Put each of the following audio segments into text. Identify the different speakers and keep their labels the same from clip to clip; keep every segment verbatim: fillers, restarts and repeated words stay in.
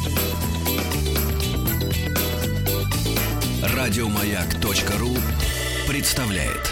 Speaker 1: Радиомаяк.ру представляет.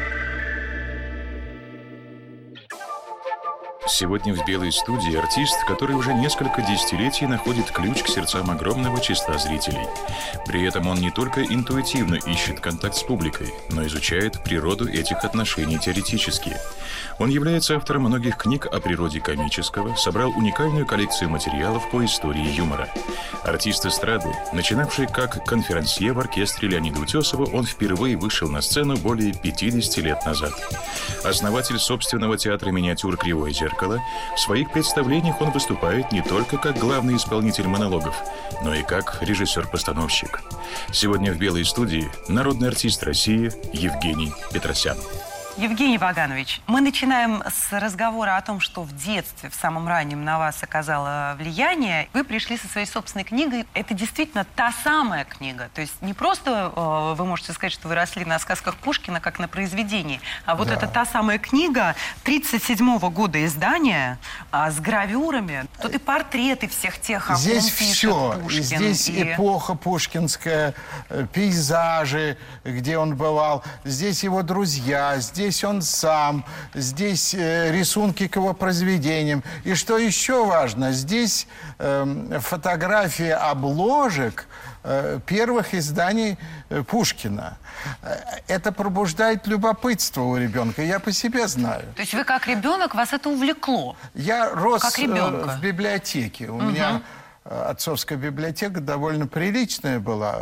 Speaker 2: Сегодня в «Белой студии» артист, который уже несколько десятилетий находит ключ к сердцам огромного числа зрителей. При этом он не только интуитивно ищет контакт с публикой, но изучает природу этих отношений теоретически. Он является автором многих книг о природе комического, собрал уникальную коллекцию материалов по истории юмора. Артист эстрады, начинавший как конферансье в оркестре Леонида Утесова, он впервые вышел на сцену более пятидесяти лет назад. Основатель собственного театра миниатюр «Кривое зеркало», в своих представлениях он выступает не только как главный исполнитель монологов, но и как режиссер-постановщик. Сегодня в «Белой студии» народный артист России Евгений Петросян.
Speaker 3: Евгений Ваганович, мы начинаем с разговора о том, что в детстве, в самом раннем, на вас оказало влияние. Вы пришли со своей собственной книгой. Это действительно та самая книга. То есть не просто э, вы можете сказать, что вы росли на сказках Пушкина, как на произведении, а вот да. Это та самая книга тридцать седьмого года издания э, с гравюрами. Тут и портреты всех тех, о
Speaker 4: здесь
Speaker 3: ком пишет
Speaker 4: все.
Speaker 3: Пушкин.
Speaker 4: Здесь
Speaker 3: и...
Speaker 4: эпоха пушкинская, пейзажи, где он бывал. Здесь его друзья, здесь Здесь он сам, здесь э, рисунки к его произведениям. И что еще важно, здесь э, фотографии обложек э, первых изданий э, Пушкина. Это пробуждает любопытство у ребенка, я по себе знаю.
Speaker 3: То есть вы как ребенок, вас это увлекло?
Speaker 4: Я рос
Speaker 3: как ребенка.
Speaker 4: в библиотеке. У
Speaker 3: угу. меня... Отцовская библиотека довольно приличная была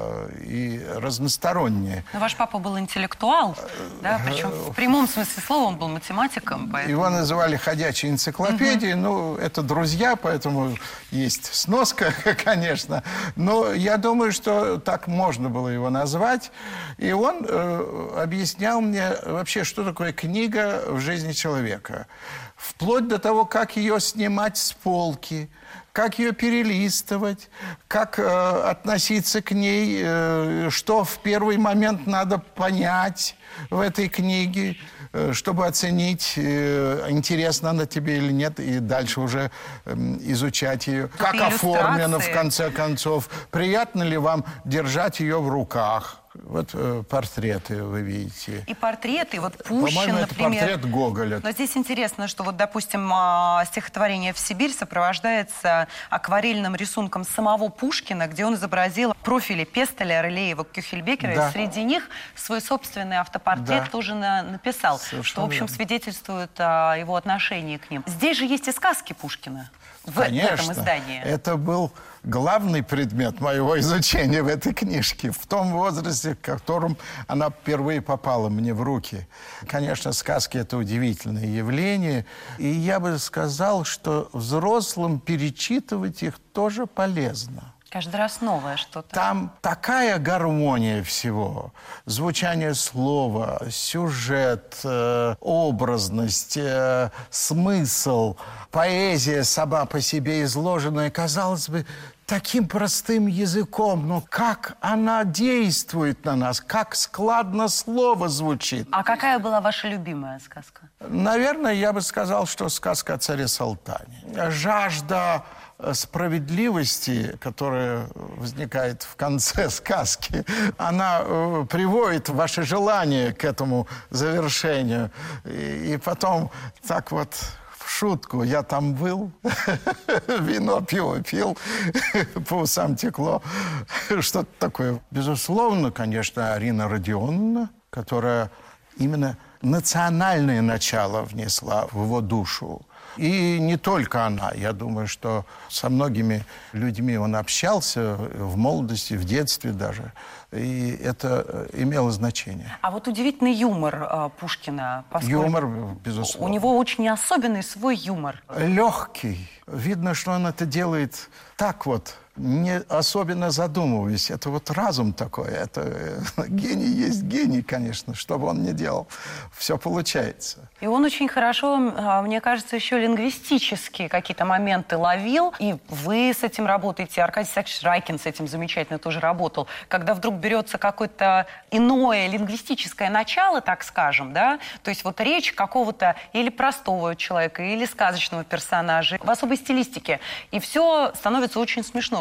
Speaker 3: и разносторонняя. Но ваш папа был интеллектуал, да? Причем в прямом смысле слова он был математиком. Поэтому...
Speaker 4: Его называли ходячей энциклопедией. Угу. Ну, это друзья, поэтому есть сноска, конечно. Но я думаю, что так можно было его назвать. И он э, объяснял мне вообще, что такое книга в жизни человека. Вплоть до того, как ее снимать с полки, как ее перелистывать, как э, относиться к ней, э, что в первый момент надо понять в этой книге, э, чтобы оценить, э, интересна она тебе или нет, и дальше уже э, изучать ее. Как оформлено, в конце концов, приятно ли вам держать ее в руках. Вот э, портреты вы видите.
Speaker 3: И портреты, вот Пущин,
Speaker 4: По-моему, это
Speaker 3: например.
Speaker 4: портрет Гоголя.
Speaker 3: Но здесь интересно, что вот, допустим, э, стихотворение «В Сибирь» сопровождается акварельным рисунком самого Пушкина, где он изобразил профили Пестеля, Рылеева, Кюхельбекера, да. И среди них свой собственный автопортрет да. тоже на, написал, совершенно что, в общем, верно. Свидетельствует о его отношении к ним. Здесь же есть и сказки Пушкина. В,
Speaker 4: Конечно,
Speaker 3: в этом издании.
Speaker 4: Это был главный предмет моего изучения в этой книжке, в том возрасте, в котором она впервые попала мне в руки. Конечно, сказки – это удивительное явление, и я бы сказал, что взрослым перечитывать их тоже полезно.
Speaker 3: Каждый раз новое что-то.
Speaker 4: Там такая гармония всего. Звучание слова, сюжет, э, образность, э, смысл, поэзия сама по себе изложенная, казалось бы, таким простым языком, но как она действует на нас, как складно слово звучит.
Speaker 3: А какая была ваша любимая сказка?
Speaker 4: Наверное, я бы сказал, что сказка о царе Салтане. Жажда справедливости, которая возникает в конце сказки, она э, приводит ваше желание к этому завершению. И, и потом так вот в шутку: я там был, вино, пиво пил, по усам текло. Что-то такое. Безусловно, конечно, Арина Родионовна, которая именно национальное начало внесла в его душу. И не только она. Я думаю, что со многими людьми он общался в молодости, в детстве даже. И это имело значение.
Speaker 3: А вот удивительный юмор э, Пушкина. Поскольку
Speaker 4: юмор, безусловно.
Speaker 3: У него очень особенный свой юмор.
Speaker 4: Легкий. Видно, что он это делает так вот, не особенно задумываясь. Это вот разум такой. Это гений есть гений, конечно, что бы он ни делал. Все получается.
Speaker 3: И он очень хорошо, мне кажется, еще лингвистически какие-то моменты ловил. И вы с этим работаете, Аркадий Исаакович Райкин с этим замечательно тоже работал. Когда вдруг берется какое-то иное лингвистическое начало, так скажем, да, то есть вот речь какого-то или простого человека, или сказочного персонажа в особой стилистике. И все становится очень смешно.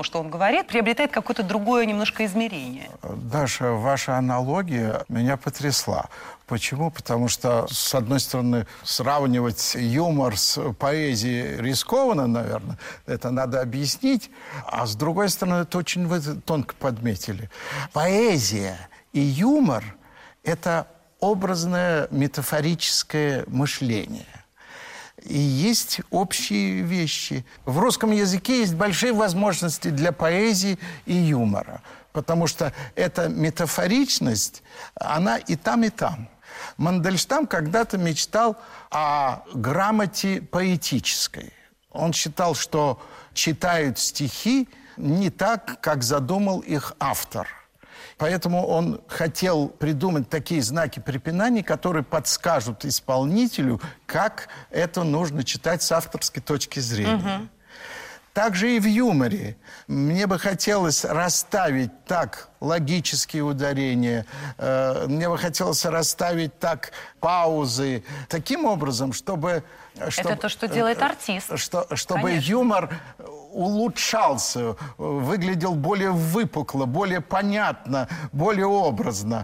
Speaker 3: что он говорит, приобретает какое-то другое немножко измерение.
Speaker 4: Даша, ваша аналогия меня потрясла. Почему? Потому что, с одной стороны, сравнивать юмор с поэзией рискованно, наверное, это надо объяснить, а с другой стороны, это очень вы тонко подметили. Поэзия и юмор – это образное метафорическое мышление. И есть общие вещи. В русском языке есть большие возможности для поэзии и юмора, потому что эта метафоричность, она и там, и там. Мандельштам когда-то мечтал о грамоте поэтической. Он считал, что читают стихи не так, как задумал их автор. Поэтому он хотел придумать такие знаки препинания, которые подскажут исполнителю, как это нужно читать с авторской точки зрения. Угу. Также и в юморе. Мне бы хотелось расставить так логические ударения, э, мне бы хотелось расставить так паузы, таким образом, чтобы... чтобы
Speaker 3: это то, что делает артист.
Speaker 4: Что, чтобы
Speaker 3: Конечно.
Speaker 4: Юмор улучшался, выглядел более выпукло, более понятно, более образно.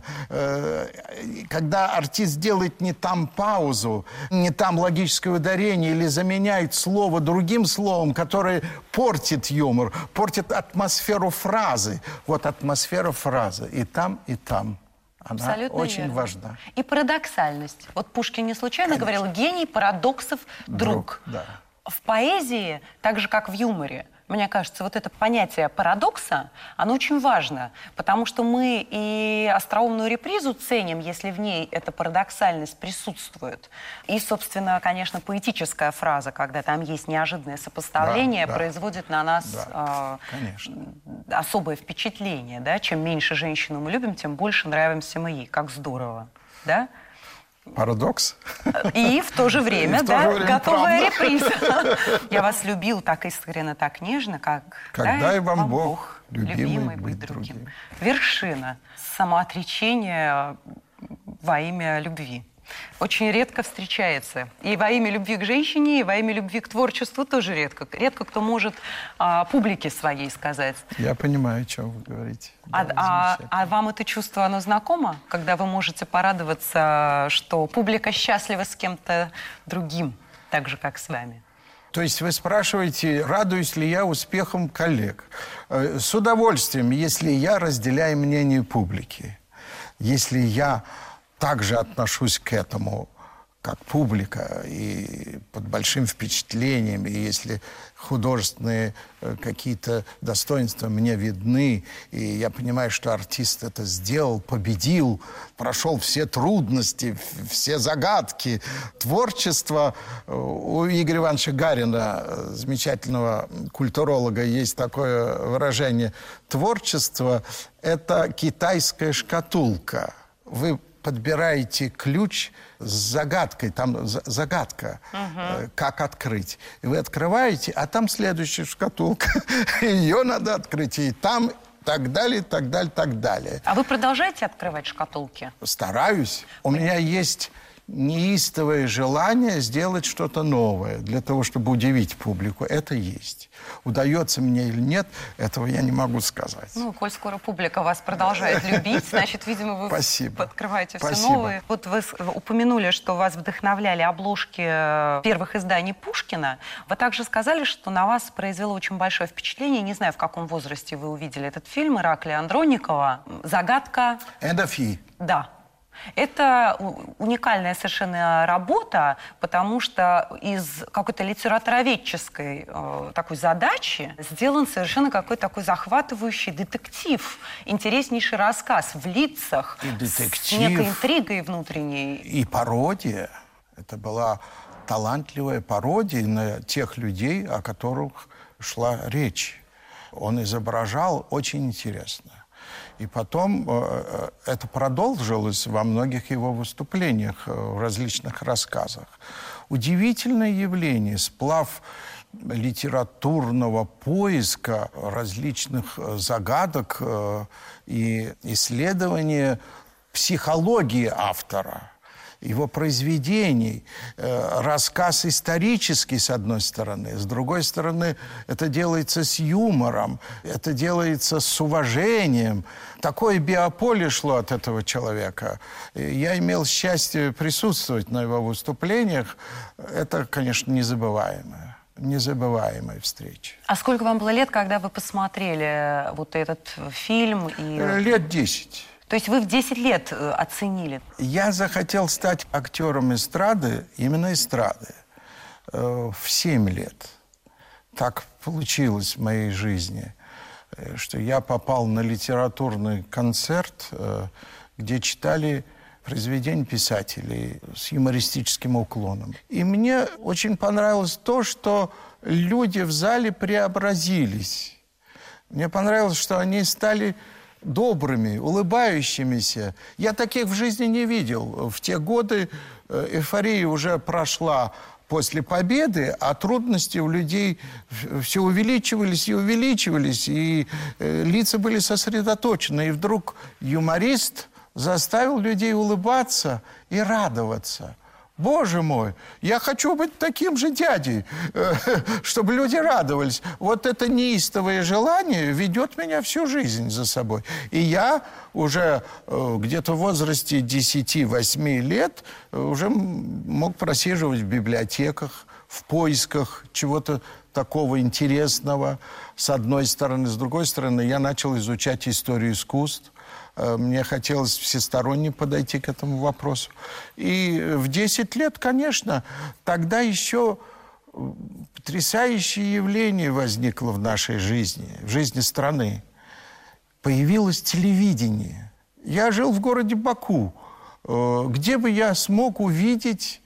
Speaker 4: Когда артист делает не там паузу, не там логическое ударение или заменяет слово другим словом, которое портит юмор, портит атмосферу фразы. Вот атмосфера фразы и там, и там. Она
Speaker 3: Абсолютно
Speaker 4: очень
Speaker 3: верно.
Speaker 4: важна.
Speaker 3: И парадоксальность. Вот Пушкин не случайно
Speaker 4: Конечно.
Speaker 3: говорил: гений парадоксов друг.
Speaker 4: Друг, да.
Speaker 3: В поэзии, так же как в юморе, мне кажется, вот это понятие парадокса, оно очень важно, потому что мы и остроумную репризу ценим, если в ней эта парадоксальность присутствует. И, собственно, конечно, поэтическая фраза, когда там есть неожиданное сопоставление, да, да. производит на нас
Speaker 4: да,
Speaker 3: э, особое впечатление. Да? Чем меньше женщину мы любим, тем больше нравимся мы ей. Как здорово. Да?
Speaker 4: Парадокс.
Speaker 3: И в то же время,
Speaker 4: то
Speaker 3: да,
Speaker 4: же время
Speaker 3: готовая реприза. Я вас любил так искренне, так нежно, как...
Speaker 4: Как дай вам, вам Бог,
Speaker 3: Бог,
Speaker 4: любимый,
Speaker 3: любимый быть другим. другим. Вершина самоотречения во имя любви. Очень редко встречается. И во имя любви к женщине, и во имя любви к творчеству тоже редко. Редко кто может а, публике своей сказать.
Speaker 4: Я понимаю, о чем вы говорите.
Speaker 3: А,
Speaker 4: да,
Speaker 3: а, а вам это чувство, оно знакомо? Когда вы можете порадоваться, что публика счастлива с кем-то другим, так же, как с вами?
Speaker 4: То есть вы спрашиваете, радуюсь ли я успехам коллег? С удовольствием, если я разделяю мнение публики. Если я также отношусь к этому, как публика, и под большим впечатлением, и если художественные какие-то достоинства мне видны, и я понимаю, что артист это сделал, победил, прошел все трудности, все загадки. Творчество у Игоря Ивановича Гарина, замечательного культуролога, есть такое выражение: творчество – это китайская шкатулка. Вы подбираете ключ с загадкой, там загадка, uh-huh. как открыть. И вы открываете, а там следующая шкатулка. Ее надо открыть, и там так далее, так далее, так далее.
Speaker 3: А вы продолжаете открывать шкатулки?
Speaker 4: Стараюсь. У меня есть неистовое желание сделать что-то новое для того, чтобы удивить публику. Это есть. Удается мне или нет, этого я не могу сказать.
Speaker 3: Ну, коль скоро публика вас продолжает любить, значит, видимо, вы
Speaker 4: Спасибо.
Speaker 3: открываете все
Speaker 4: Спасибо.
Speaker 3: новые. Вот вы упомянули, что вас вдохновляли обложки первых изданий Пушкина. Вы также сказали, что на вас произвело очень большое впечатление. Не знаю, в каком возрасте вы увидели этот фильм Ираклия Андроникова. «Загадка».
Speaker 4: Эндофи.
Speaker 3: Да. Это уникальная совершенно работа, потому что из какой-то литературоведческой э, такой задачи сделан совершенно какой-то такой захватывающий детектив, интереснейший рассказ в лицах,
Speaker 4: и детектив,
Speaker 3: с некой интригой внутренней.
Speaker 4: И пародия. Это была талантливая пародия на тех людей, о которых шла речь. Он изображал очень интересно. И потом э, это продолжилось во многих его выступлениях, э, в различных рассказах. Удивительное явление, сплав литературного поиска различных загадок э, и исследования психологии автора. его произведений. Рассказ исторический, с одной стороны. С другой стороны, это делается с юмором, это делается с уважением. Такое биополе шло от этого человека. Я имел счастье присутствовать на его выступлениях. Это, конечно, незабываемое. Незабываемая встреча.
Speaker 3: А сколько вам было лет, когда вы посмотрели вот этот фильм? И...
Speaker 4: Лет десять.
Speaker 3: То есть вы в десять лет оценили?
Speaker 4: Я захотел стать актером эстрады, именно эстрады, в семь лет. Так получилось в моей жизни, что я попал на литературный концерт, где читали произведения писателей с юмористическим уклоном. И мне очень понравилось то, что люди в зале преобразились. Мне понравилось, что они стали добрыми, улыбающимися. Я таких в жизни не видел. В те годы эйфория уже прошла после победы, а трудности у людей все увеличивались и увеличивались, и лица были сосредоточены. И вдруг юморист заставил людей улыбаться и радоваться. Боже мой, я хочу быть таким же дядей, чтобы люди радовались. Вот это неистовое желание ведет меня всю жизнь за собой. И я уже где-то в возрасте десяти-восьми лет уже мог просиживать в библиотеках, в поисках чего-то такого интересного, с одной стороны. С другой стороны, я начал изучать историю искусств. Мне хотелось всесторонне подойти к этому вопросу. И в десять лет, конечно, тогда еще потрясающее явление возникло в нашей жизни, в жизни страны. Появилось телевидение. Я жил в городе Баку, где бы я смог увидеть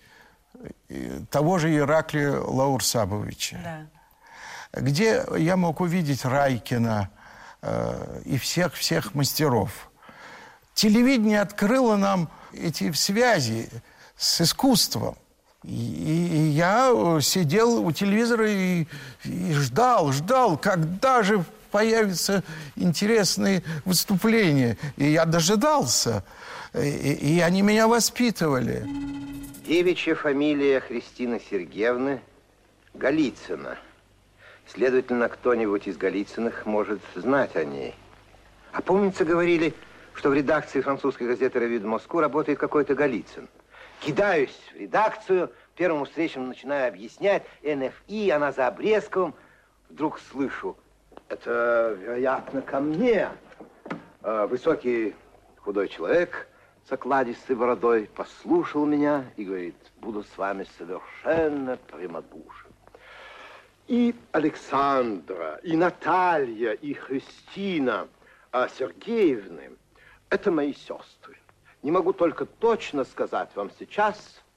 Speaker 4: того же Ираклия Лаурсабовича, да. Где я мог увидеть Райкина и всех-всех мастеров. Телевидение открыло нам эти связи с искусством. И, и я сидел у телевизора и, и ждал, ждал, когда же появятся интересные выступления. И я дожидался. И, и они меня воспитывали.
Speaker 5: Девичья фамилия Христины Сергеевны Голицына. Следовательно, кто-нибудь из Голицыных может знать о ней. А помнится, говорили, что в редакции французской газеты «Ревю де Москву» работает какой-то Голицын. Кидаюсь в редакцию, первому встречному начинаю объяснять, эн эф и, она за Обрезковым. Вдруг слышу, это, вероятно, ко мне. Высокий худой человек с окладистой бородой послушал меня и говорит, буду с вами совершенно прямодушен. И Александра, и Наталья, и Христина Сергеевны – это мои сестры. Не могу только точно сказать вам сейчас,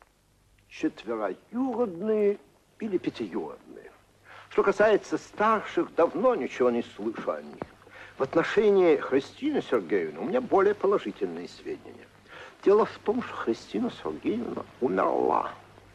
Speaker 5: четвероюродные или пятиюродные. Что касается старших, давно ничего не слышу о них. В отношении Христины Сергеевны у меня более положительные сведения. Дело в том, что Христина Сергеевна умерла.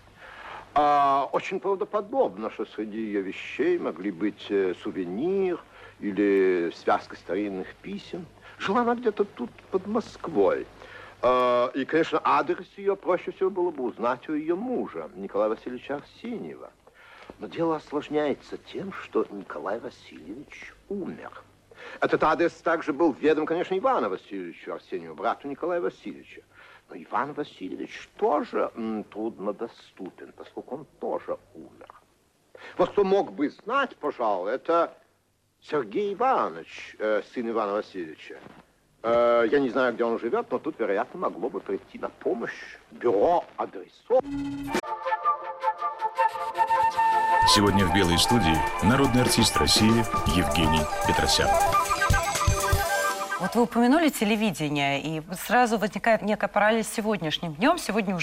Speaker 5: А, очень правдоподобно, что среди ее вещей могли быть сувенир или связка старинных писем. Жила она где-то тут, под Москвой. А, и, конечно, адрес ее проще всего было бы узнать у ее мужа, Николая Васильевича Арсеньева. Но дело осложняется тем, что Николай Васильевич умер. Этот адрес также был ведом, конечно, Ивану Васильевичу Арсеньеву, брату Николая Васильевича. Но Иван Васильевич тоже м, труднодоступен, поскольку он тоже умер. Вот кто мог бы знать, пожалуй, это Сергей Иванович, э, сын Ивана Васильевича. Э, я не знаю, где он живет, но тут, вероятно, могло бы прийти на помощь бюро адресов.
Speaker 2: Сегодня в «Белой студии» народный артист России Евгений Петросян.
Speaker 3: Вот вы упомянули телевидение, и сразу возникает некая параллель с сегодняшним днем. Сегодня уже вы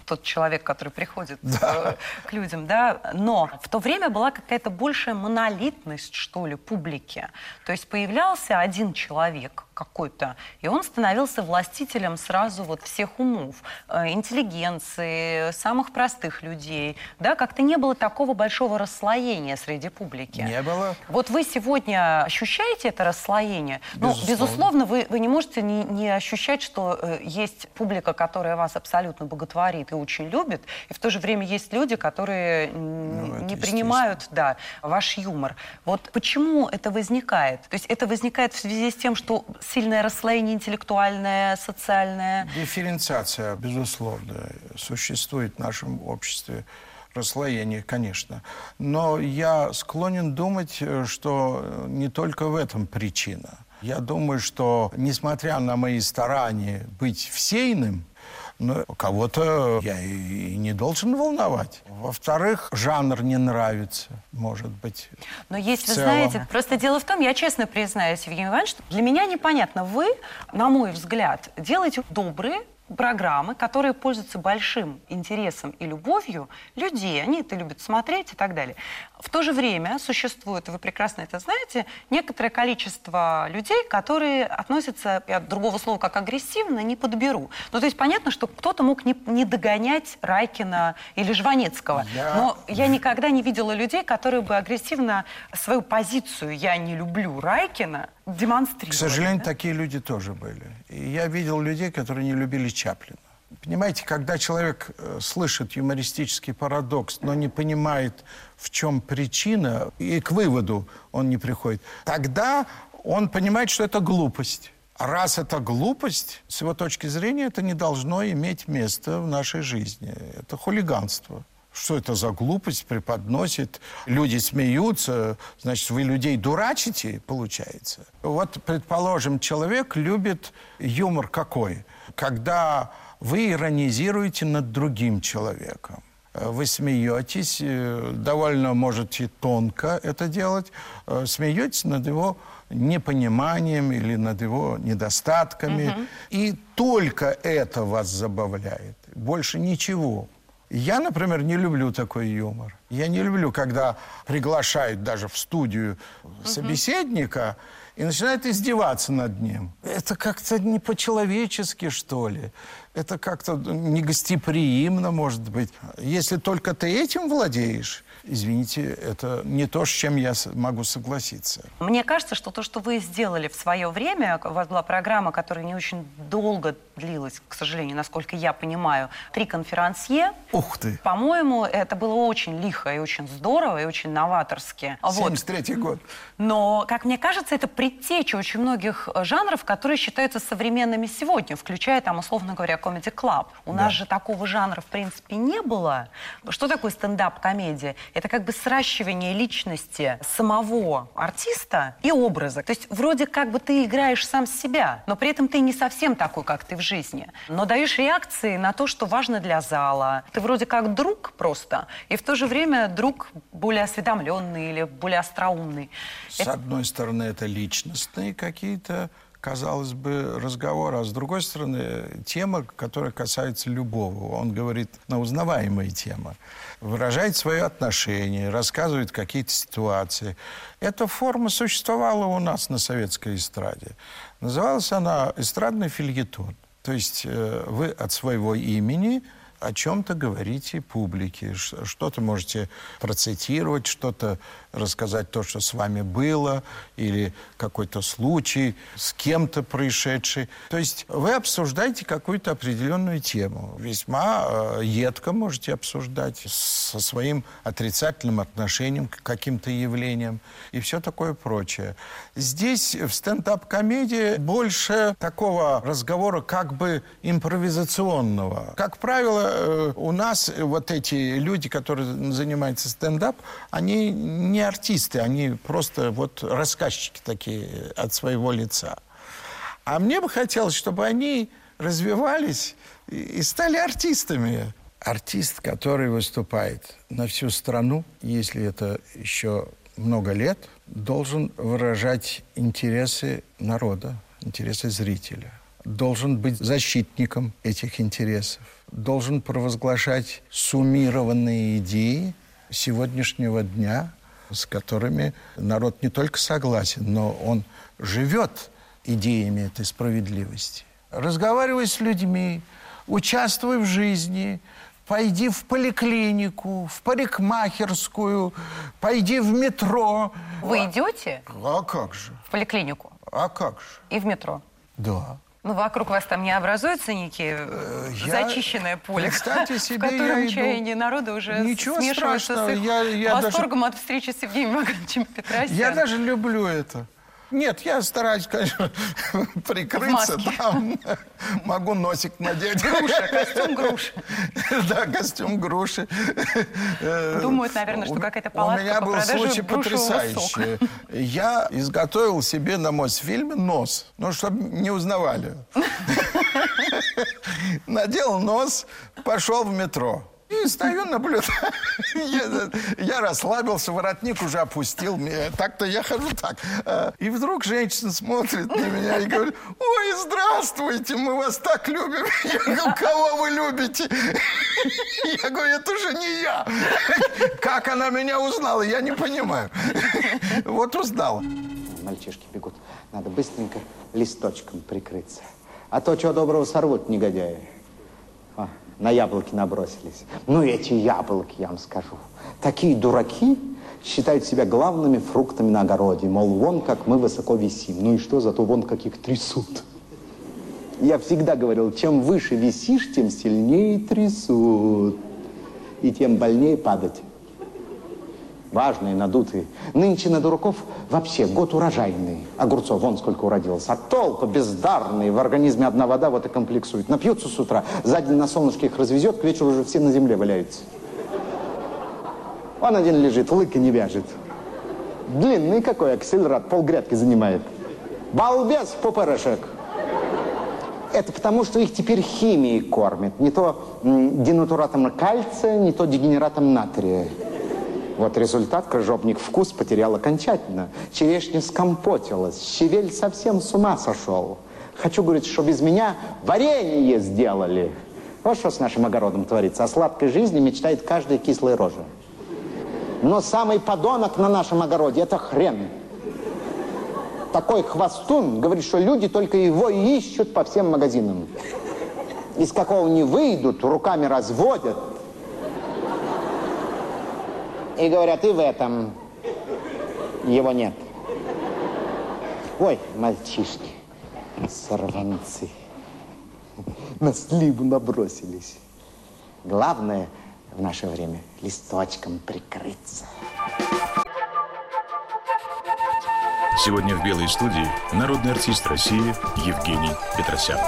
Speaker 3: тот человек, который приходит
Speaker 4: Да.
Speaker 3: к людям, да. Но в то время была какая-то большая монолитность, что ли, публики. То есть появлялся один человек какой-то, и он становился властителем сразу вот всех умов, э, интеллигенции, самых простых людей, да, как-то не было такого большого расслоения среди публики.
Speaker 4: Не было.
Speaker 3: Вот вы сегодня ощущаете это расслоение?
Speaker 4: Безусловно.
Speaker 3: Ну, безусловно, вы, вы не можете не, не ощущать, что э, есть публика, которая вас абсолютно боготворит и очень любит, и в то же время есть люди, которые м,
Speaker 4: Ну, это
Speaker 3: не принимают, да, ваш юмор. Вот почему это возникает? То есть это возникает в связи с тем, что сильное расслоение интеллектуальное, социальное?
Speaker 4: Дифференциация, безусловно, существует в нашем обществе. Расслоение, конечно. Но я склонен думать, что не только в этом причина. Я думаю, что, несмотря на мои старания быть всейным, но кого-то я и не должен волновать. Во-вторых, жанр не нравится, может быть.
Speaker 3: Но есть,
Speaker 4: в
Speaker 3: вы
Speaker 4: целом.
Speaker 3: знаете, просто дело в том, я честно признаюсь, Евгений Иванович, что для меня непонятно. Вы, на мой взгляд, делаете добрые программы, которые пользуются большим интересом и любовью людей. Они это любят смотреть и так далее. В то же время существует, вы прекрасно это знаете, некоторое количество людей, которые относятся, я другого слова как агрессивно не подберу. Ну, то есть понятно, что кто-то мог не, не догонять Райкина или Жванецкого.
Speaker 4: Я...
Speaker 3: Но я никогда не видела людей, которые бы агрессивно свою позицию «я не люблю Райкина» демонстрировали.
Speaker 4: К сожалению,
Speaker 3: да?
Speaker 4: такие люди тоже были. И я видел людей, которые не любили Чаплина. Понимаете, когда человек э, слышит юмористический парадокс, но не понимает, в чем причина, и к выводу он не приходит, тогда он понимает, что это глупость. А раз это глупость, с его точки зрения, это не должно иметь места в нашей жизни. Это хулиганство. Что это за глупость преподносит? Люди смеются, значит, вы людей дурачите, получается. Вот, предположим, человек любит юмор какой? Когда вы иронизируете над другим человеком. Вы смеетесь, довольно можете тонко это делать, смеетесь над его непониманием или над его недостатками. Угу. И только это вас забавляет. Больше ничего. Я, например, не люблю такой юмор. Я не люблю, когда приглашают даже в студию собеседника и начинают издеваться над ним. Это как-то не по-человечески, что ли. Это как-то негостеприимно, может быть. Если только ты этим владеешь, извините, это не то, с чем я могу согласиться.
Speaker 3: Мне кажется, что то, что вы сделали в свое время, у вас была программа, которая не очень долго длилась, к сожалению, насколько я понимаю, «Три конферансье».
Speaker 4: Ух ты!
Speaker 3: По-моему, это было очень лихо и очень здорово, и очень новаторски.
Speaker 4: семьдесят третий год.
Speaker 3: Но, как мне кажется, это предтеча очень многих жанров, которые считаются современными сегодня, включая, там, условно говоря, комеди-клаб. У да. нас же такого жанра, в принципе, не было. Что такое стендап-комедия? Это как бы сращивание личности самого артиста и образа. То есть вроде как бы ты играешь сам себя, но при этом ты не совсем такой, как ты в жизни. Но даешь реакции на то, что важно для зала. Ты вроде как друг просто, и в то же время друг более осведомленный или более остроумный.
Speaker 4: С
Speaker 3: это...
Speaker 4: одной стороны, это личностные какие-то, казалось бы, разговоры, а с другой стороны, тема, которая касается любого. Он говорит на узнаваемые темы, выражает свое отношение, рассказывает какие-то ситуации. Эта форма существовала у нас на советской эстраде. Называлась она «эстрадный фельетон». То есть э, вы от своего имени о чем-то говорите публике, что-то можете процитировать, что-то рассказать то, что с вами было, или какой-то случай с кем-то происшедший. То есть вы обсуждаете какую-то определенную тему. Весьма э, едко можете обсуждать со своим отрицательным отношением к каким-то явлениям и все такое прочее. Здесь в стендап-комедии больше такого разговора как бы импровизационного. Как правило, у нас вот эти люди, которые занимаются стендап, они не артисты, они просто вот рассказчики такие от своего лица. А мне бы хотелось, чтобы они развивались и стали артистами. Артист, который выступает на всю страну, если это еще много лет, должен выражать интересы народа, интересы зрителя. Должен быть защитником этих интересов. должен провозглашать суммированные идеи сегодняшнего дня, с которыми народ не только согласен, но он живет идеями этой справедливости. Разговаривай с людьми, участвуй в жизни, пойди в поликлинику, в парикмахерскую, пойди в метро.
Speaker 3: Вы идете?
Speaker 4: А как же?
Speaker 3: В поликлинику?
Speaker 4: А как же?
Speaker 3: И в метро?
Speaker 4: Да.
Speaker 3: Ну, вокруг вас там не образуется некие
Speaker 4: Я...
Speaker 3: зачищенное поле,
Speaker 4: Представьте себе,
Speaker 3: в котором
Speaker 4: я
Speaker 3: чаяние
Speaker 4: иду...
Speaker 3: народа уже
Speaker 4: Ничего
Speaker 3: смешивается
Speaker 4: страшного.
Speaker 3: с их
Speaker 4: я, я
Speaker 3: восторгом
Speaker 4: даже...
Speaker 3: от встречи с Евгением Вагановичем Петросяном.
Speaker 4: Я даже люблю это. Нет, я стараюсь, конечно, прикрыться там. Могу носик надеть.
Speaker 3: Груша, костюм груши.
Speaker 4: Да, костюм груши.
Speaker 3: Думают, наверное, что какая-то палатка по продаже грушевого сока. У меня был случай потрясающий.
Speaker 4: Я изготовил себе на Мосфильме нос, ну, чтобы не узнавали. Надел нос, пошел в метро. И стою, наблюдаю. Я, я расслабился, воротник уже опустил. Так-то я хожу так. И вдруг женщина смотрит на меня и говорит: ой, здравствуйте, мы вас так любим. Я говорю: кого вы любите? Я говорю: это же не я. Как она меня узнала, я не понимаю. Вот узнала.
Speaker 6: Мальчишки бегут. Надо быстренько листочком прикрыться. А то, чего доброго, сорвут негодяи. А, на яблоки набросились. Ну, эти яблоки, я вам скажу. Такие дураки считают себя главными фруктами на огороде. Мол, вон как мы высоко висим. Ну и что, зато вон как их трясут. Я всегда говорил, чем выше висишь, тем сильнее трясут. И тем больнее падать. Важные, надутые. Нынче на дураков вообще год урожайный. Огурцов вон сколько уродилось. А толку бездарные. В организме одна вода, вот и комплексует. Напьются с утра, за день на солнышке их развезет, к вечеру уже все на земле валяются. Он один лежит, лыка не вяжет. Длинный какой аксельрад, полгрядки занимает. Балбес пупырышек. Это потому, что их теперь химией кормят. Не то денатуратом кальция, не то дегенератом натрия. Вот результат: крыжовник вкус потерял окончательно. Черешня скомпотилась, щавель совсем с ума сошел. Хочу, говорит, что без меня варенье сделали. Вот что с нашим огородом творится. О сладкой жизни мечтает каждая кислая рожа. Но самый подонок на нашем огороде – это хрен. Такой хвостун, говорит, что люди только его и ищут по всем магазинам. Из какого не выйдут, руками разводят. И говорят, и в этом его нет. Ой, мальчишки, сорванцы, на сливу набросились. Главное в наше время листочком прикрыться.
Speaker 2: Сегодня в «Белой студии» народный артист России Евгений Петросян.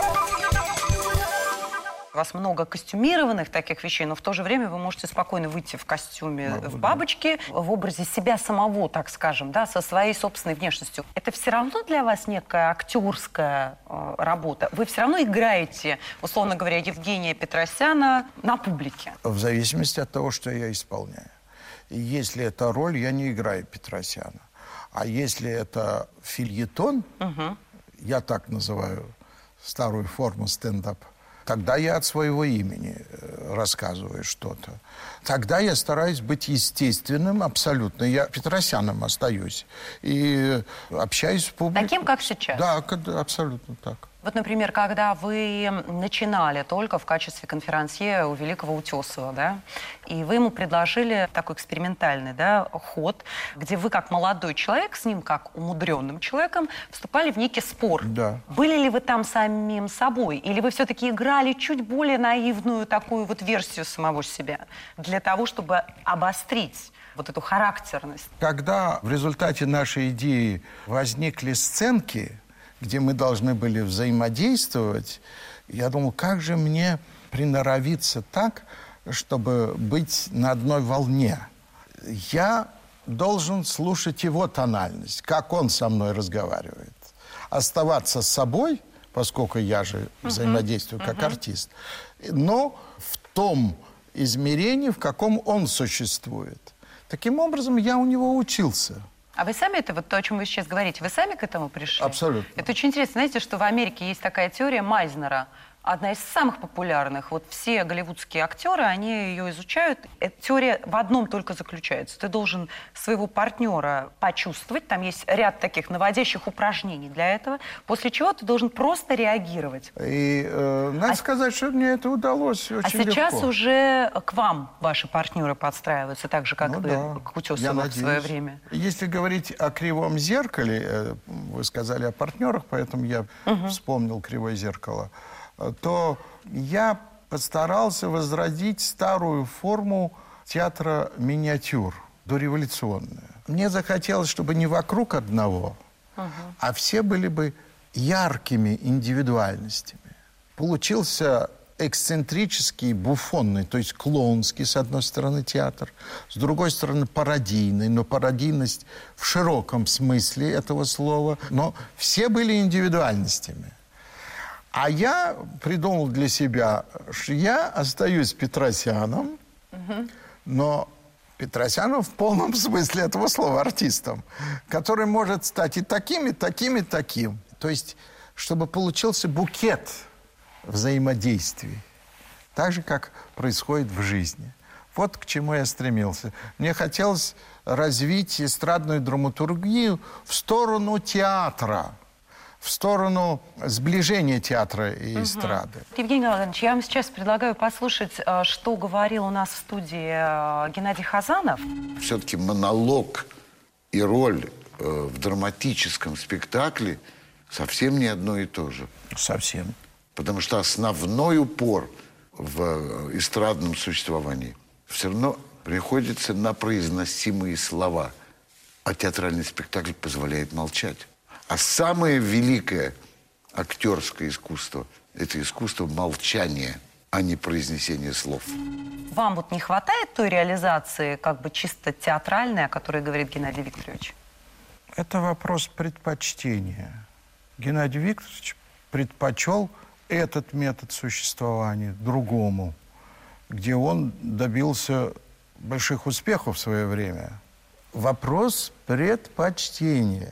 Speaker 3: У вас много костюмированных таких вещей, но в то же время вы можете спокойно выйти в костюме, Могу, в бабочке, да. в образе себя самого, так скажем, да, со своей собственной внешностью. Это все равно для вас некая актерская э, работа? Вы все равно играете, условно говоря, Евгения Петросяна на публике?
Speaker 4: В зависимости от того, что я исполняю. И если это роль, я не играю Петросяна. А если это фельетон, угу. я так называю старую форму стендап, тогда я от своего имени рассказываю что-то. Тогда я стараюсь быть естественным абсолютно. Я Петросяном остаюсь. И общаюсь с публикой.
Speaker 3: Таким, как сейчас?
Speaker 4: Да, абсолютно так.
Speaker 3: Вот, например, когда вы начинали только в качестве конферансье у великого Утесова, да, и вы ему предложили такой экспериментальный, да, ход, где вы, как молодой человек, с ним, как умудренным человеком, вступали в некий спор.
Speaker 4: Да.
Speaker 3: Были ли вы там самим собой? Или вы все-таки играли чуть более наивную такую вот версию самого себя для того, чтобы обострить вот эту характерность?
Speaker 4: Когда в результате нашей идеи возникли сценки, где мы должны были взаимодействовать, я думал, как же мне приноровиться так, чтобы быть на одной волне. Я должен слушать его тональность, как он со мной разговаривает. Оставаться с собой, поскольку я же взаимодействую uh-huh. как uh-huh. артист, но в том измерении, в каком он существует. Таким образом, я у него учился.
Speaker 3: А вы сами, это вот то, о чем вы сейчас говорите, вы сами к этому пришли?
Speaker 4: Абсолютно.
Speaker 3: Это очень интересно. Знаете, что в Америке есть такая теория Майзнера одна из самых популярных. Вот все голливудские актеры, они ее изучают. Эта теория в одном только заключается. Ты должен своего партнера почувствовать. Там есть ряд таких наводящих упражнений для этого. После чего ты должен просто реагировать.
Speaker 4: И э, надо а сказать, что мне это удалось очень
Speaker 3: легко. А сейчас
Speaker 4: легко.
Speaker 3: уже к вам ваши партнеры подстраиваются, так же, как
Speaker 4: ну,
Speaker 3: вы
Speaker 4: да.
Speaker 3: к Утесову в свое время.
Speaker 4: Если говорить о кривом зеркале, вы сказали о партнерах, поэтому я угу. вспомнил кривое зеркало, то я постарался возродить старую форму театра миниатюр, дореволюционную. Мне захотелось, чтобы не вокруг одного, угу. а все были бы яркими индивидуальностями. Получился эксцентрический, буфонный, то есть клоунский, с одной стороны, театр, с другой стороны, пародийный, но пародийность в широком смысле этого слова, но все были индивидуальностями. А я придумал для себя, что я остаюсь Петросяном, угу. но Петросяном в полном смысле этого слова, артистом, который может стать и таким, и таким, и таким. То есть, чтобы получился букет взаимодействий, так же, как происходит в жизни. Вот к чему я стремился. Мне хотелось развить эстрадную драматургию в сторону театра, в сторону сближения театра и угу. эстрады.
Speaker 3: Евгений Владимирович, я вам сейчас предлагаю послушать, что говорил у нас в студии Геннадий Хазанов.
Speaker 7: Все-таки монолог и роль в драматическом спектакле совсем не одно и то же.
Speaker 4: Совсем.
Speaker 7: Потому что основной упор в эстрадном существовании все равно приходится на произносимые слова. А театральный спектакль позволяет молчать. А самое великое актерское искусство – это искусство молчания, а не произнесения слов.
Speaker 3: Вам вот не хватает той реализации, как бы чисто театральной, о которой говорит Геннадий Викторович?
Speaker 4: Это вопрос предпочтения. Геннадий Викторович предпочел этот метод существования другому, где он добился больших успехов в свое время. Вопрос предпочтения.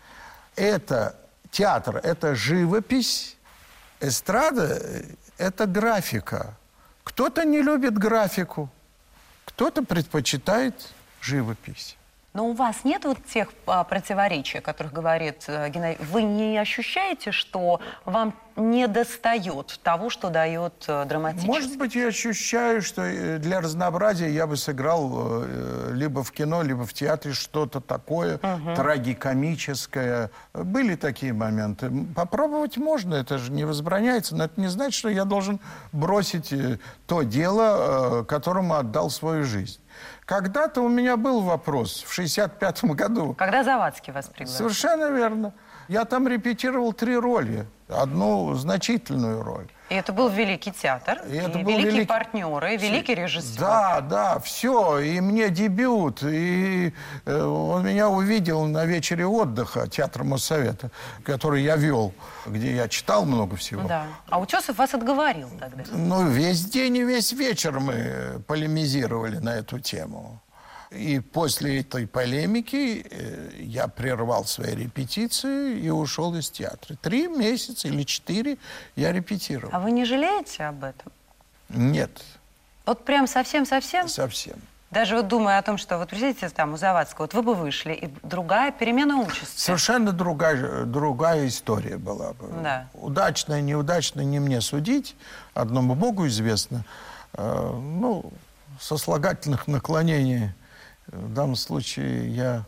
Speaker 4: Это театр, это живопись, эстрада – это графика. Кто-то не любит графику, кто-то предпочитает живопись.
Speaker 3: Но у вас нет вот тех а, противоречий, о которых говорит а, Геннадий? Вы не ощущаете, что вам не достает того, что дает а, драматический?
Speaker 4: Может быть, я ощущаю, что для разнообразия я бы сыграл э, либо в кино, либо в театре что-то такое угу. трагикомическое. Были такие моменты. Попробовать можно, это же не возбраняется, но это не значит, что я должен бросить то дело, э, которому отдал свою жизнь. Когда-то у меня был вопрос в шестьдесят пятом году.
Speaker 3: Когда Завадский вас пригласил?
Speaker 4: Совершенно верно. Я там репетировал три роли. Одну значительную роль.
Speaker 3: И это был великий театр,
Speaker 4: и,
Speaker 3: и
Speaker 4: это
Speaker 3: великие
Speaker 4: был велик...
Speaker 3: партнеры, и великий режиссер.
Speaker 4: Да, да, все. И мне дебют. И э, он меня увидел на вечере отдыха театра Моссовета, который я вел, где я читал много всего.
Speaker 3: Да. А Утесов вас отговорил тогда?
Speaker 4: Ну, весь день и весь вечер мы полемизировали на эту тему. И после этой полемики э, я прервал свои репетиции и ушел из театра. Три месяца или четыре я репетировал.
Speaker 3: А вы не жалеете об этом?
Speaker 4: Нет.
Speaker 3: Вот прям совсем-совсем?
Speaker 4: Совсем.
Speaker 3: Даже вот думая о том, что, вот, представляете, там у Завадского, вот вы бы вышли, и другая перемена общества.
Speaker 4: Совершенно другая, другая история была бы.
Speaker 3: Да.
Speaker 4: Удачная, неудачная, не мне судить. Одному Богу известно. Э, ну, сослагательных наклонений в данном случае я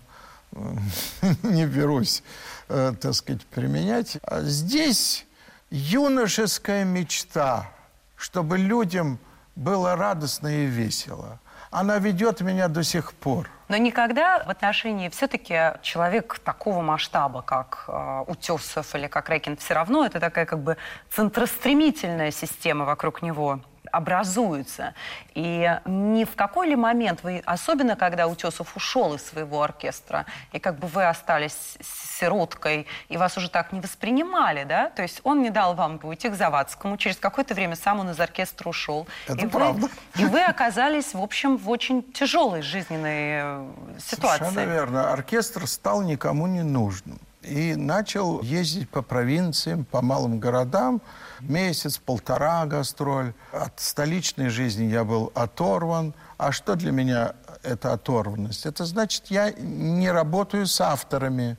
Speaker 4: не берусь, э, так сказать, применять. А здесь юношеская мечта, чтобы людям было радостно и весело. Она ведет меня до сих пор.
Speaker 3: Но никогда в отношении все-таки человек такого масштаба, как э, Утесов или как Рекин, все равно это такая как бы центростремительная система вокруг него образуется. И ни в какой ли момент вы, особенно когда Утесов ушел из своего оркестра, и как бы вы остались сироткой, и вас уже так не воспринимали, да? То есть он не дал вам уйти к Завадскому, через какое-то время сам он из оркестра ушел.
Speaker 4: Это
Speaker 3: и
Speaker 4: правда.
Speaker 3: Вы, и вы оказались, в общем, в очень тяжелой жизненной ситуации.
Speaker 4: Совершенно верно. Оркестр стал никому не нужным. И начал ездить по провинциям, по малым городам. Месяц-полтора гастроль. От столичной жизни я был оторван. А что для меня это оторванность? Это значит, я не работаю с авторами,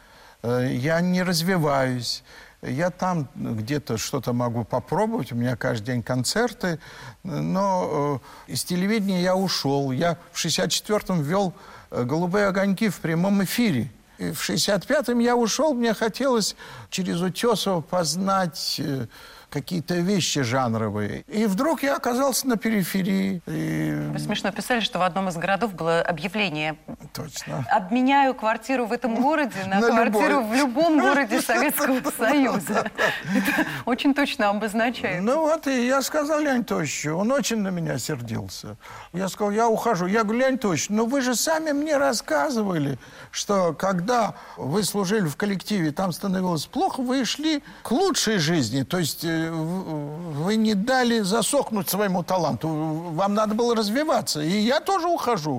Speaker 4: я не развиваюсь. Я там где-то что-то могу попробовать, у меня каждый день концерты, но из телевидения я ушел. Я в шестьдесят четвёртом ввел «Голубые огоньки» в прямом эфире. И в шестьдесят пятом я ушел, мне хотелось через Утесова познать какие-то вещи жанровые. И вдруг я оказался на периферии. И...
Speaker 3: Вы смешно писали, что в одном из городов было объявление.
Speaker 4: Точно. Обменяю
Speaker 3: квартиру в этом городе на, на квартиру любой. В любом городе Советского Союза. Это очень точно обозначает.
Speaker 4: Ну вот, и я сказал Леониду Товичу, он очень на меня сердился. Я сказал, я ухожу. Я говорю, Леонид Тович, ну вы же сами мне рассказывали, что когда вы служили в коллективе, там становилось плохо, вы шли к лучшей жизни. То есть вы не дали засохнуть своему таланту. Вам надо было развиваться. И я тоже ухожу.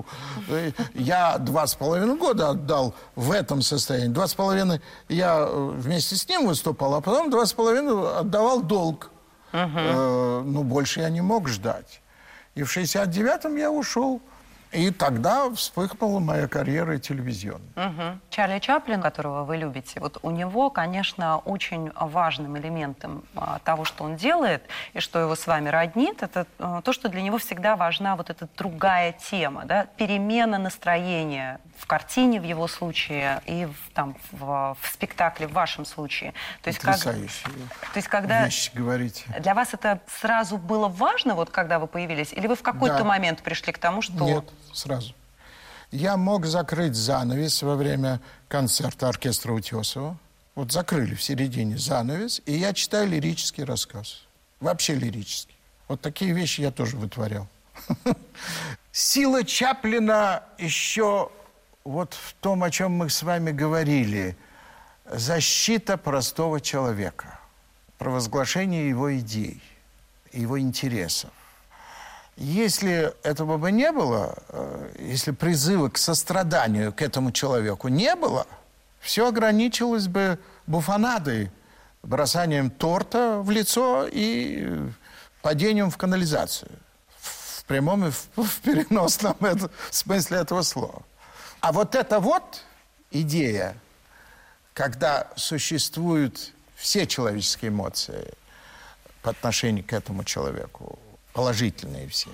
Speaker 4: Я два с половиной года отдал в этом состоянии. Два с половиной я вместе с ним выступал, а потом два с половиной отдавал долг. Uh-huh. Э, ну, больше я не мог ждать. И в шестьдесят девятом я ушел. И тогда вспыхнула моя карьера телевизионная.
Speaker 3: Угу. Чарли Чаплин, которого вы любите, вот у него, конечно, очень важным элементом а, того, что он делает, и что его с вами роднит, это а, то, что для него всегда важна вот эта другая тема, да? Перемена настроения в картине в его случае и в, там, в, в спектакле в вашем случае. То есть,
Speaker 4: потрясающие
Speaker 3: как, то есть, когда
Speaker 4: вещи говорите.
Speaker 3: Для вас это сразу было важно, вот когда вы появились, или вы в какой-то
Speaker 4: да.
Speaker 3: момент пришли к тому, что...
Speaker 4: Нет. Сразу. Я мог закрыть занавес во время концерта оркестра Утесова. Вот закрыли в середине занавес, и я читаю лирический рассказ. Вообще лирический. Вот такие вещи я тоже вытворял. Сила Чаплина еще вот в том, о чем мы с вами говорили. Защита простого человека. Провозглашение его идей, его интересов. Если этого бы не было, если призыва к состраданию к этому человеку не было, все ограничилось бы буфонадой, бросанием торта в лицо и падением в канализацию. В прямом и в, в переносном это, смысле этого слова. А вот эта вот идея, когда существуют все человеческие эмоции по отношению к этому человеку, положительные все,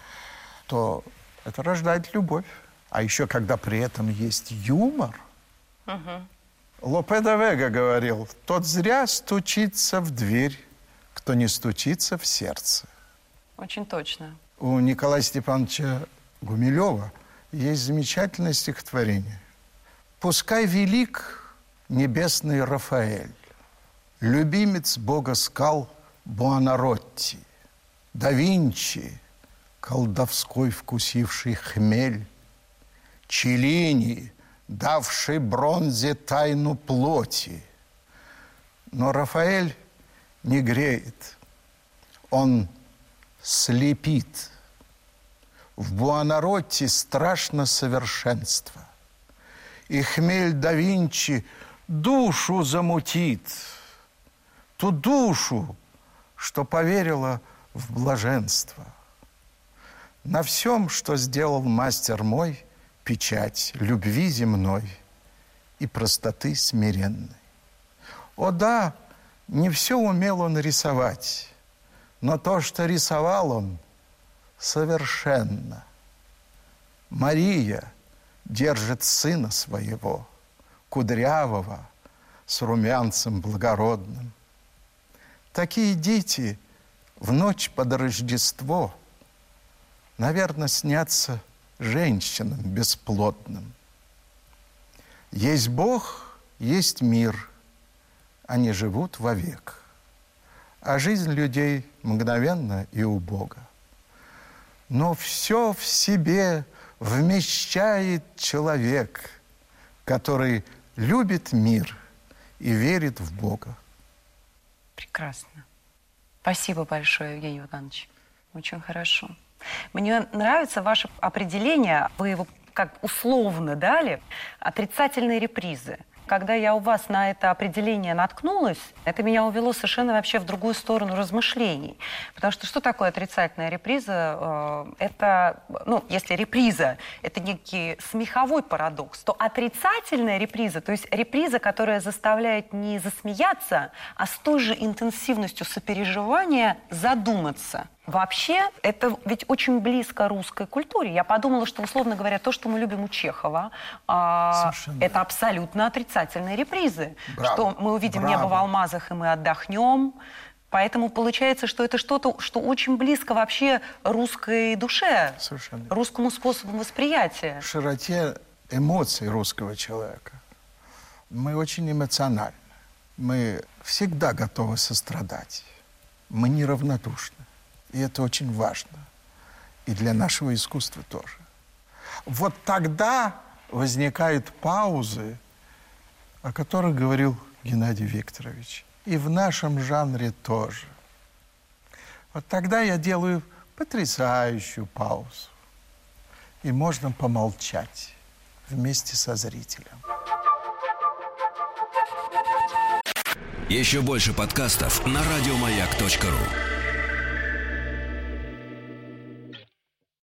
Speaker 4: то это рождает любовь. А еще, когда при этом есть юмор. Uh-huh. Лопе де Вега говорил, тот зря стучится в дверь, кто не стучится в сердце.
Speaker 3: Очень точно.
Speaker 4: У Николая Степановича Гумилева есть замечательное стихотворение. «Пускай велик небесный Рафаэль, любимец бога скал Буонаротти, да Винчи, колдовской вкусивший хмель, Челлини, давший бронзе тайну плоти. Но Рафаэль не греет, он слепит. В Буонаротти страшно совершенство, и хмель да Винчи душу замутит, ту душу, что поверила в блаженство. На всем, что сделал мастер мой, печать любви земной и простоты смиренной. О да, не все умел он рисовать, но то, что рисовал он, совершенно. Мария держит сына своего, кудрявого, с румянцем благородным. Такие дети в ночь под Рождество, наверное, снятся женщинам бесплодным. Есть Бог, есть мир, они живут вовек. А жизнь людей мгновенна и убога. Но все в себе вмещает человек, который любит мир и верит в Бога.
Speaker 3: Прекрасно. Спасибо большое, Евгений Иванович. Очень хорошо. Мне нравится ваше определение, вы его как условно дали, отрицательные репризы. когда я у вас на это определение наткнулась, это меня увело совершенно вообще в другую сторону размышлений. Потому что что такое отрицательная реприза? Это, ну, если реприза — это некий смеховой парадокс, то отрицательная реприза, то есть реприза, которая заставляет не засмеяться, а с той же интенсивностью сопереживания задуматься. Вообще, это ведь очень близко русской культуре. Я подумала, что, условно говоря, то, что мы любим у Чехова, а, это абсолютно отрицательные репризы.
Speaker 4: Браво.
Speaker 3: Что мы увидим
Speaker 4: Браво.
Speaker 3: небо в алмазах, и мы отдохнем. Поэтому получается, что это что-то, что очень близко вообще русской душе,
Speaker 4: Совершенно.
Speaker 3: русскому способу восприятия.
Speaker 4: В широте эмоций русского человека мы очень эмоциональны. Мы всегда готовы сострадать. Мы неравнодушны. И это очень важно. И для нашего искусства тоже. Вот тогда возникают паузы, о которых говорил Геннадий Викторович. И в нашем жанре тоже. Вот тогда я делаю потрясающую паузу. И можно помолчать вместе со зрителем.
Speaker 1: Еще больше подкастов на радиомаяк точка ру.